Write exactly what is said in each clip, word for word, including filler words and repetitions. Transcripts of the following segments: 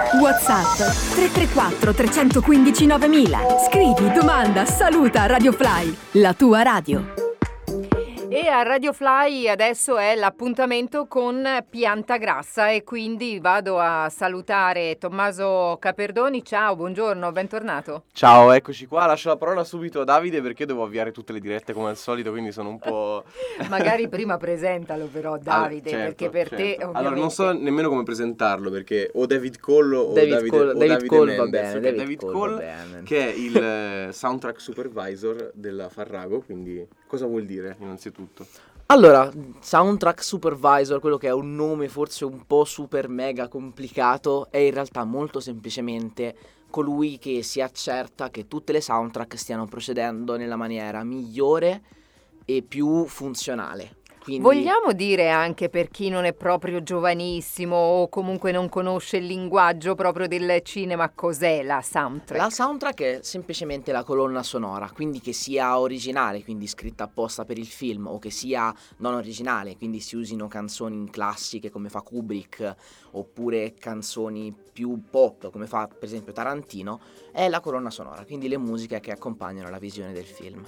WhatsApp tre tre quattro tre uno cinque novemila. Scrivi, domanda, saluta Radio Fly, la tua radio. E a Radio Fly adesso è l'appuntamento con Pianta Grassa e quindi vado a salutare Tommaso Caperdoni. Ciao, buongiorno, bentornato. Ciao, eccoci qua. Lascio la parola subito a Davide perché devo avviare tutte le dirette come al solito, quindi sono un po'... Magari prima presentalo però Davide, allora, certo, perché per certo. te ovviamente... Allora non so nemmeno come presentarlo perché o David Cole o David Davide, Cole, o David Davide Cole va Mendes. bene, Okay, David David Cole Cole, va bene. che è il eh, soundtrack supervisor della Farrago, quindi cosa vuol dire innanzitutto? Allora, soundtrack supervisor, quello che è un nome forse un po' super mega complicato, è in realtà molto semplicemente colui che si accerta che tutte le soundtrack stiano procedendo nella maniera migliore e più funzionale. Quindi... Vogliamo dire anche per chi non è proprio giovanissimo o comunque non conosce il linguaggio proprio del cinema, cos'è la soundtrack? La soundtrack è semplicemente la colonna sonora, quindi che sia originale, quindi scritta apposta per il film, o che sia non originale, quindi si usino canzoni classiche come fa Kubrick, oppure canzoni più pop come fa per esempio Tarantino, è la colonna sonora, quindi le musiche che accompagnano la visione del film.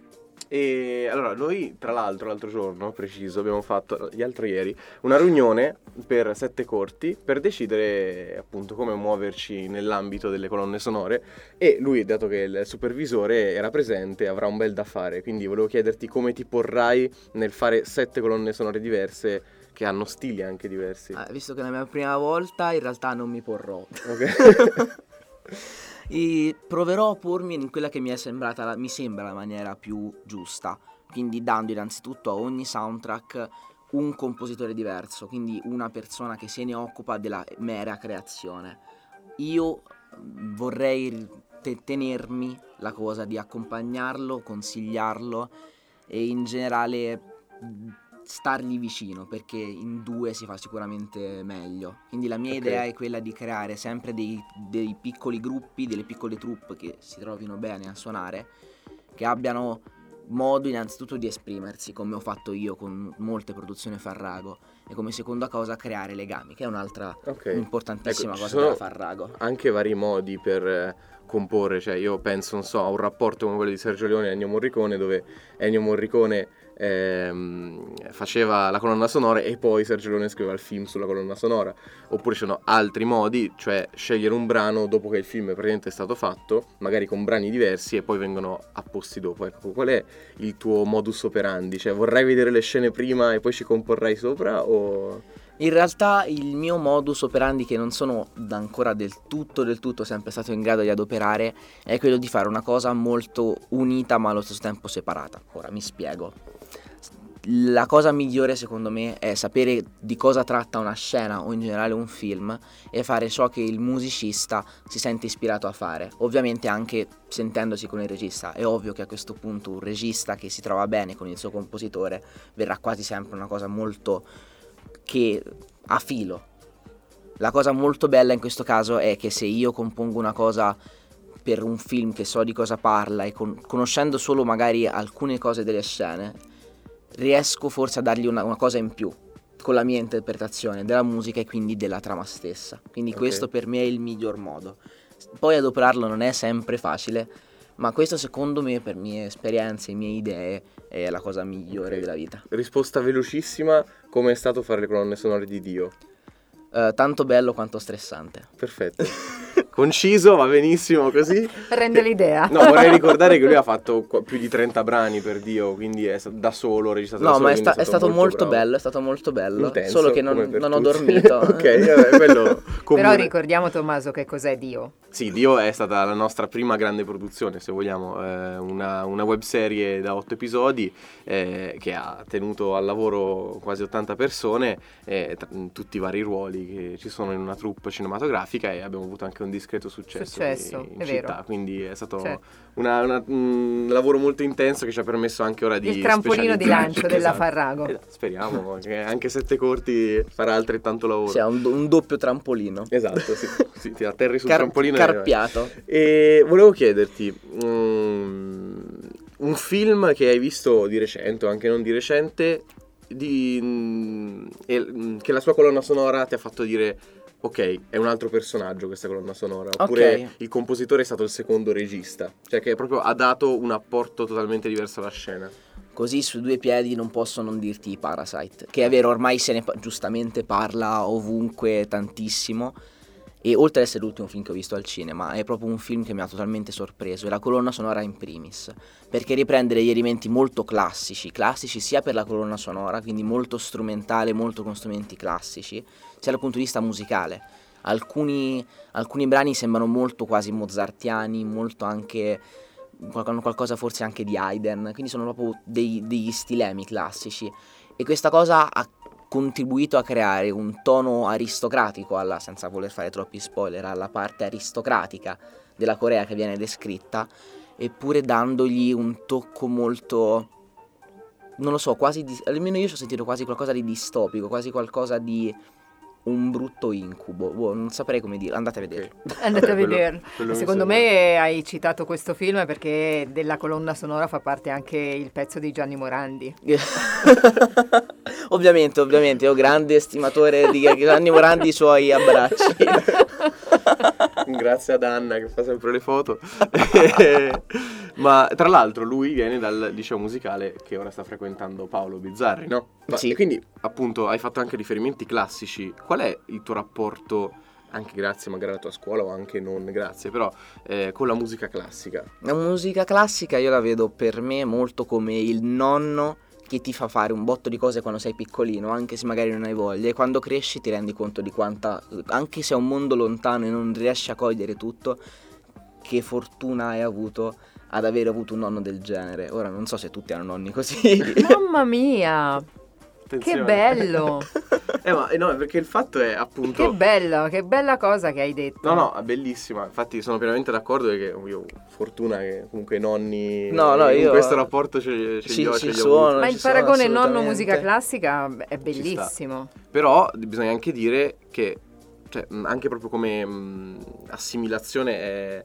E allora noi tra l'altro l'altro giorno preciso abbiamo fatto l'altro ieri una riunione per Sette Corti per decidere appunto come muoverci nell'ambito delle colonne sonore e lui, dato che il supervisore era presente, avrà un bel da fare, quindi volevo chiederti come ti porrai nel fare sette colonne sonore diverse che hanno stili anche diversi. Ah, visto che è la mia prima volta in realtà non mi porrò. Ok. E proverò a pormi in quella che mi è sembrata la, mi sembra la maniera più giusta, quindi dando innanzitutto a ogni soundtrack un compositore diverso, quindi una persona che se ne occupa della mera creazione. Io vorrei te- tenermi la cosa di accompagnarlo, consigliarlo e in generale stargli vicino, perché in due si fa sicuramente meglio. Quindi la mia Ok. idea è quella di creare sempre dei, dei piccoli gruppi, delle piccole troupe che si trovino bene a suonare, che abbiano modo innanzitutto di esprimersi, come ho fatto io con molte produzioni Farrago, e come seconda cosa creare legami, che è un'altra Ok. importantissima Ecco, ci cosa sono della Farrago. anche vari modi per eh, comporre, cioè io penso, non so, a un rapporto come quello di Sergio Leone e Ennio Morricone, dove Ennio Morricone ehm, faceva la colonna sonora e poi Sergio Leone scriveva il film sulla colonna sonora, oppure ci sono altri modi, cioè scegliere un brano dopo che il film praticamente è stato fatto, magari con brani diversi e poi vengono apposti dopo. Ecco, qual è il tuo modus operandi? Cioè vorrai vedere le scene prima e poi ci comporrai sopra o... In realtà il mio modus operandi, che non sono ancora del tutto del tutto sempre stato in grado di adoperare, è quello di fare una cosa molto unita ma allo stesso tempo separata. Ora mi spiego. La cosa migliore secondo me è sapere di cosa tratta una scena o in generale un film e fare ciò che il musicista si sente ispirato a fare, ovviamente anche sentendosi con il regista. È ovvio che a questo punto un regista che si trova bene con il suo compositore verrà quasi sempre una cosa molto che ha filo. La cosa molto bella in questo caso è che se io compongo una cosa per un film che so di cosa parla e con- conoscendo solo magari alcune cose delle scene, riesco forse a dargli una, una cosa in più con la mia interpretazione della musica e quindi della trama stessa. Quindi Ok. questo per me è il miglior modo. Poi adoperarlo non è sempre facile, ma questo secondo me, per mie esperienze e mie idee, è la cosa migliore Ok. della vita. Risposta velocissima, come è stato fare le colonne sonore di Dio? Eh, tanto bello quanto stressante. Perfetto. Conciso, va benissimo così. Rende l'idea. No, vorrei ricordare che lui ha fatto qu- più di trenta brani per Dio, quindi è sta- da solo, registrato da No, solo. ma è, quindi sta- è stato molto bravo. bello, è stato molto bello. Intenso, Solo che non, come per non ho tutti. dormito. Ok, vabbè, quello comune. Però ricordiamo, Tommaso, che cos'è Dio. Sì, Dio è stata la nostra prima grande produzione, se vogliamo, eh, una, una webserie da otto episodi eh, che ha tenuto al lavoro quasi ottanta persone, eh, tra- in tutti i vari ruoli che ci sono in una troupe cinematografica, e abbiamo avuto anche un discreto successo, Successo, in è città, vero. quindi è stato Sì. una- una- un lavoro molto intenso che ci ha permesso anche ora di Il trampolino di specializzarci. lancio della Esatto. Farrago. Esatto, speriamo che anche Sette Corti farà altrettanto lavoro. Sì, ha un, do- un doppio trampolino. Esatto, sì, sì, ti atterri sul Car- trampolino e- carpiato. E volevo chiederti mm, un film che hai visto di recente o anche non di recente di, mm, e- mm, che la sua colonna sonora ti ha fatto dire ok, è un altro personaggio questa colonna sonora, oppure Ok. il compositore è stato il secondo regista, cioè che proprio ha dato un apporto totalmente diverso alla scena. Così su due piedi non posso non dirti i Parasite, che è vero, ormai se ne pa- giustamente parla ovunque tantissimo, e oltre ad essere l'ultimo film che ho visto al cinema, è proprio un film che mi ha totalmente sorpreso, e la colonna sonora in primis, perché riprende degli elementi molto classici, classici sia per la colonna sonora, quindi molto strumentale, molto con strumenti classici, sia dal punto di vista musicale. Alcuni, alcuni brani sembrano molto quasi mozartiani, molto anche qual- qualcosa forse anche di Haydn, quindi sono proprio dei- degli stilemi classici, e questa cosa ha contribuito a creare un tono aristocratico alla, senza voler fare troppi spoiler, alla parte aristocratica della Corea che viene descritta, eppure dandogli un tocco molto, non lo so, quasi di, almeno io ci ho sentito quasi qualcosa di distopico, quasi qualcosa di un brutto incubo. Boh, non saprei come dire, andate a vedere. Andate a Quello- vederlo. quello mi Secondo sembra- me hai citato questo film perché della colonna sonora fa parte anche il pezzo di Gianni Morandi. Ovviamente, ovviamente, io grande estimatore di Gianni Morandi, i suoi abbracci. Grazie ad Anna che fa sempre le foto. Ma tra l'altro lui viene dal liceo musicale che ora sta frequentando Paolo Bizzarri, no? Ma- Sì. E quindi appunto hai fatto anche riferimenti classici. Qual è il tuo rapporto, anche grazie magari alla tua scuola o anche non grazie, però eh, con la musica classica? La musica classica io la vedo per me molto come il nonno che ti fa fare un botto di cose quando sei piccolino, anche se magari non hai voglia, e quando cresci ti rendi conto di quanta, anche se è un mondo lontano e non riesci a cogliere tutto, che fortuna hai avuto ad aver avuto un nonno del genere. Ora non so se tutti hanno nonni così. Mamma mia, che Attenzione. bello! Eh ma eh, no, perché il fatto è appunto... Che bella, che bella cosa che hai detto. No, no, è bellissima. Infatti sono pienamente d'accordo perché io fortuna che comunque i nonni No, no, in io- questo rapporto ce, ce Sì, li ho, ci ce li ho sono. avuti. Ma ci il sono paragone nonno assolutamente. musica classica è bellissimo. Però bisogna anche dire che cioè, mh, anche proprio come mh, assimilazione è,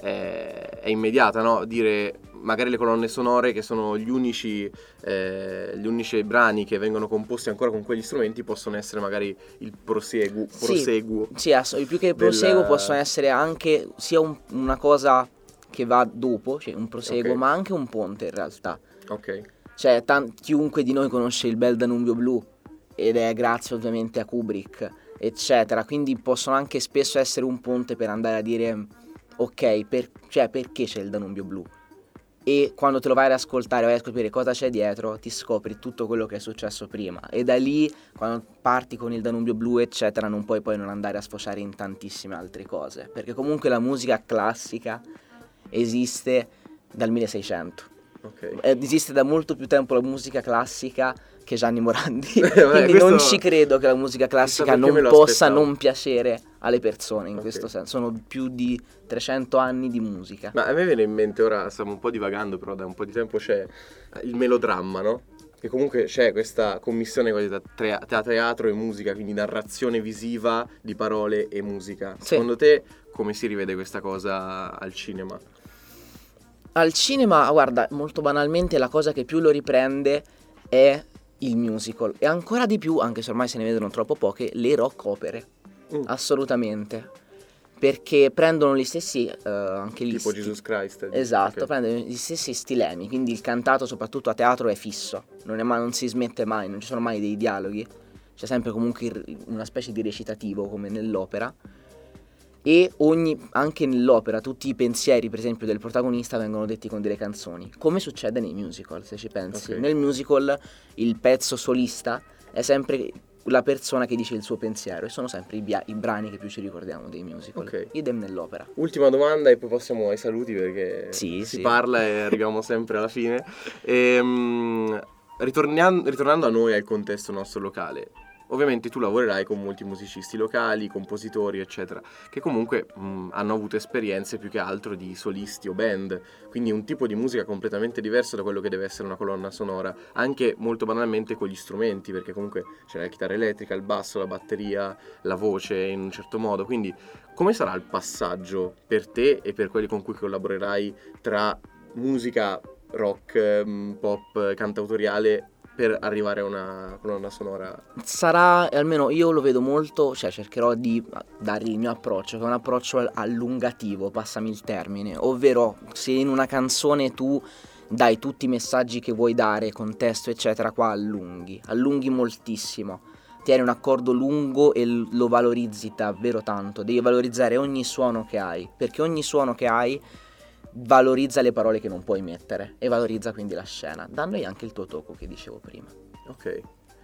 è, è immediata, no? Dire magari le colonne sonore che sono gli unici, eh, gli unici brani che vengono composti ancora con quegli strumenti possono essere magari il proseguo, Sì. proseguo. Sì, ass- più che del- proseguo possono essere anche sia un- una cosa che va dopo, cioè un proseguo, Ok. ma anche un ponte in realtà. Ok. Cioè, tan- chiunque di noi conosce il bel Danubio blu, ed è grazie ovviamente a Kubrick, eccetera. Quindi possono anche spesso essere un ponte per andare a dire, ok, per- cioè perché c'è il Danubio blu? E quando te lo vai ad ascoltare, vai a scoprire cosa c'è dietro, ti scopri tutto quello che è successo prima. E da lì, quando parti con il Danubio blu, eccetera, non puoi poi non andare a sfociare in tantissime altre cose. Perché comunque la musica classica esiste dal milleseicento. Ok. Eh, esiste da molto più tempo la musica classica che Gianni Morandi. Vabbè, Quindi questo- non ci credo che la musica classica perché me non lo possa aspettavo. non piacere alle persone in Ok. questo senso. Sono più di trecento anni di musica. Ma a me viene in mente, ora stiamo un po' divagando, però da un po' di tempo c'è il melodramma, no? Che comunque c'è questa commissione quasi da tre- tra teatro e musica, quindi narrazione visiva di parole e musica. Sì. Secondo te come si rivede questa cosa al cinema? Al cinema, guarda, molto banalmente la cosa che più lo riprende è il musical. E ancora di più, anche se ormai se ne vedono troppo poche, le rock opere. Mm. Assolutamente. Perché prendono gli stessi, eh, anche gli Tipo sti- Jesus Christ. Esatto, Ok. prendono gli stessi stilemi, quindi il cantato soprattutto a teatro è fisso, non, è mai, non si smette mai, non ci sono mai dei dialoghi, c'è sempre comunque il- una specie di recitativo come nell'opera, e ogni, anche nell'opera tutti i pensieri per esempio del protagonista vengono detti con delle canzoni, come succede nei musical se ci pensi. Ok. Nel musical il pezzo solista è sempre la persona che dice il suo pensiero, e sono sempre i, bia- i brani che più ci ricordiamo dei musical. Ok. Idem nell'opera. Ultima domanda e poi passiamo ai saluti perché Sì, si sì. parla e arriviamo sempre alla fine. Ehm, ritornian- ritornando a noi, al contesto nostro locale, ovviamente tu lavorerai con molti musicisti locali, compositori, eccetera, che comunque mh, hanno avuto esperienze più che altro di solisti o band, quindi un tipo di musica completamente diverso da quello che deve essere una colonna sonora, anche molto banalmente con gli strumenti, perché comunque c'è la chitarra elettrica, il basso, la batteria, la voce in un certo modo, quindi come sarà il passaggio per te e per quelli con cui collaborerai tra musica rock, mh, pop, cantautoriale per arrivare a una colonna sonora? Sarà, almeno io lo vedo molto, cioè cercherò di dargli il mio approccio, che è un approccio allungativo, passami il termine, ovvero se in una canzone tu dai tutti i messaggi che vuoi dare, contesto eccetera, qua allunghi, allunghi moltissimo, tieni un accordo lungo e lo valorizzi davvero tanto, devi valorizzare ogni suono che hai, perché ogni suono che hai valorizza le parole che non puoi mettere e valorizza quindi la scena, dandogli anche il tuo tocco che dicevo prima. Ok.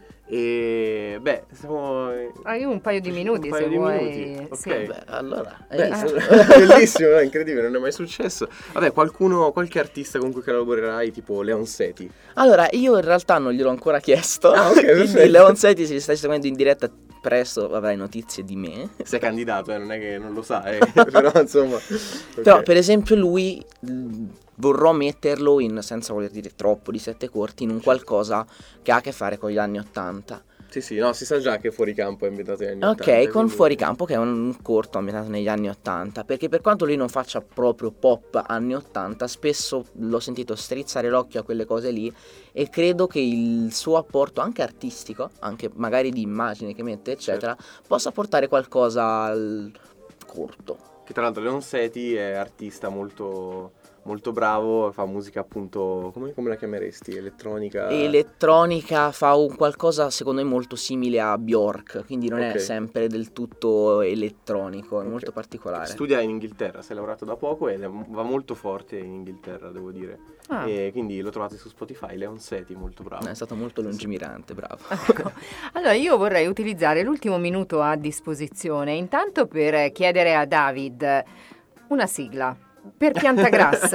E beh, siamo... Hai un paio di minuti un paio se di vuoi. minuti. Ok. Sì. Beh, allora, hai Beh, visto? bellissimo, no? Incredibile, non è mai successo. Vabbè, qualcuno, qualche artista con cui collaborerai, tipo Leon Seti? Allora, io in realtà non gliel'ho ancora chiesto. Ah, ok, quindi perfetto. Leon Seti, se li stai seguendo in diretta, presto avrai notizie di me. Sei candidato, eh, non è che non lo sa, eh. Però insomma... ok. Però, per esempio, lui mh, vorrò metterlo in, senza voler dire troppo di sette corti, in un qualcosa che ha a che fare con gli anni ottanta. Sì, sì, no, si sa già che Fuori Campo è ambientato negli anni Ok, ottanta. con quindi- Fuori Campo, che è un corto ambientato negli anni ottanta, perché per quanto lui non faccia proprio pop anni ottanta, spesso l'ho sentito strizzare l'occhio a quelle cose lì e credo che il suo apporto anche artistico, anche magari di immagine che mette eccetera, possa portare qualcosa al corto. Che tra l'altro Leon Seti è artista molto, molto bravo, fa musica appunto, come, come la chiameresti? Elettronica? Elettronica, fa un qualcosa secondo me molto simile a Bjork, quindi non è Ok. sempre del tutto elettronico, è Ok. molto particolare. Studia in Inghilterra, si è lavorato da poco e va molto forte in Inghilterra, devo dire. Ah. E quindi lo trovate su Spotify, Leon Seti, molto bravo. È stato molto lungimirante, bravo. Ecco. Allora io vorrei utilizzare l'ultimo minuto a disposizione intanto per chiedere a David una sigla per Piantagrassa.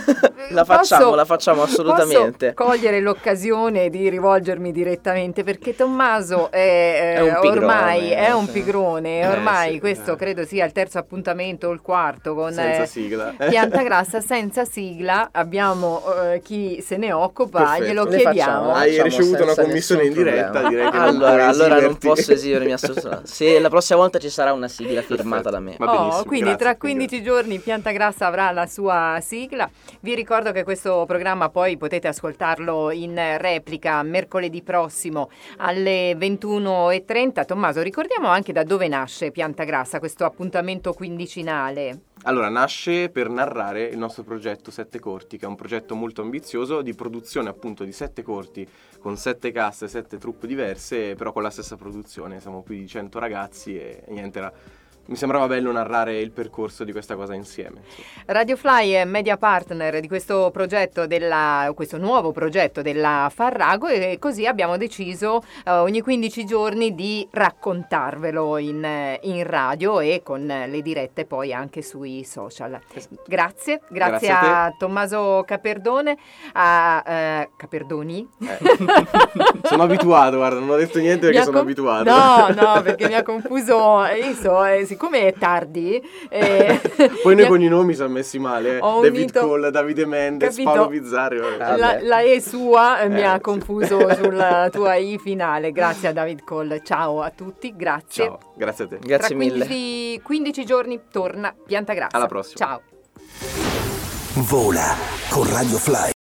La facciamo, Posso- la facciamo assolutamente. Posso cogliere l'occasione di rivolgermi direttamente perché Tommaso è, È un eh, pigrone, ormai è un sì. pigrone, Eh, ormai sì, questo eh. credo sia il terzo appuntamento o il quarto con Senza eh, sigla. Piantagrassa senza sigla. Abbiamo eh, chi se ne occupa, Perfetto. glielo Le chiediamo. facciamo, Hai facciamo ricevuto una senza commissione in nessun diretta, problema. direi che non allora, puoi allora non esimerti. posso esimermi assolutamente. Se la prossima volta ci sarà una sigla firmata da me. Va Oh, benissimo, quindi grazie, tra quindi quindici giorni Piantagrassa avrà la sua sigla. Vi ricordo che questo programma poi potete ascoltarlo in replica mercoledì prossimo alle ventuno e trenta. Tommaso, ricordiamo anche da dove nasce Piantagrassa, questo appuntamento quindicinale. Allora, nasce per narrare il nostro progetto Sette Corti, che è un progetto molto ambizioso di produzione appunto di sette corti con sette cast e sette troupe diverse, però con la stessa produzione. Siamo più di cento ragazzi e, e niente, era... mi sembrava bello narrare il percorso di questa cosa insieme. insomma. Radio Fly è media partner di questo progetto, della, questo nuovo progetto della Farrago, e così abbiamo deciso eh, ogni quindici giorni di raccontarvelo in, eh, in radio e con le dirette poi anche sui social. Grazie, grazie, Grazie a a, Tommaso Caperdone, a eh, Caperdoni. Eh. Sono abituato, guarda, non ho detto niente Mi perché ha sono com- abituato. No, no, perché mi ha confuso, io so, eh, siccome è tardi... eh, Poi mi noi ha- con i nomi siamo messi male. eh. Ho David unito- Cole, Davide Mendes, capito? Paolo Bizzarri. vabbè. Ah, La, Vabbè. la E sua eh, mi Eh, ha sì. confuso sulla tua I finale. Grazie a David Cole. Ciao a tutti, grazie. Ciao, grazie a te. Grazie Tra mille. quindici, quindici giorni torna Piantagrassa. Alla prossima. Ciao. Vola con Radio Fly.